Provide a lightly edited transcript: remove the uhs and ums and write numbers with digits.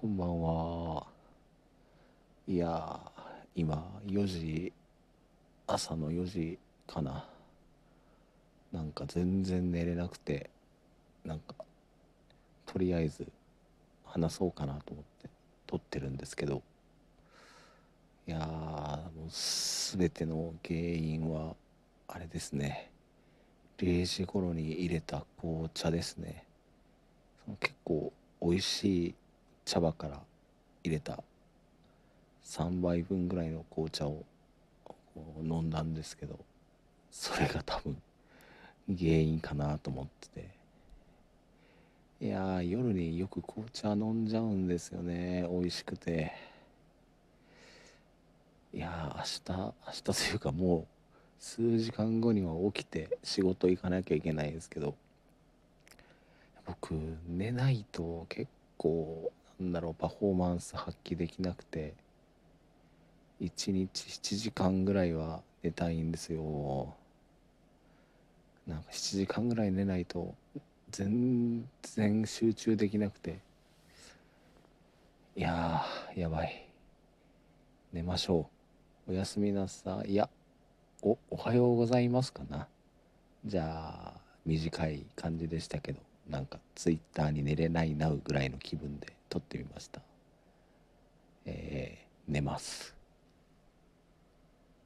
こんばんは。いや今4時、朝の4時かな。なんか全然寝れなくて、なんかとりあえず話そうかなと思って撮ってるんですけど、もう全ての原因はあれですね。0時頃に入れた紅茶ですね。その結構美味しい茶葉から入れた3杯分ぐらいの紅茶を飲んだんですけど、それが多分原因かなと思ってて。夜によく紅茶飲んじゃうんですよね、美味しくて。明日というかもう数時間後には起きて仕事行かなきゃいけないんですけど、僕寝ないと結構パフォーマンス発揮できなくて、1日7時間ぐらいは寝たいんですよ。なんか7時間ぐらい寝ないと全然集中できなくて。やばい。寝ましょう。おやすみなさい。おはようございますかな。じゃあ、短い感じでしたけど、なんかツイッターに寝れないなうぐらいの気分で撮ってみました。寝ます。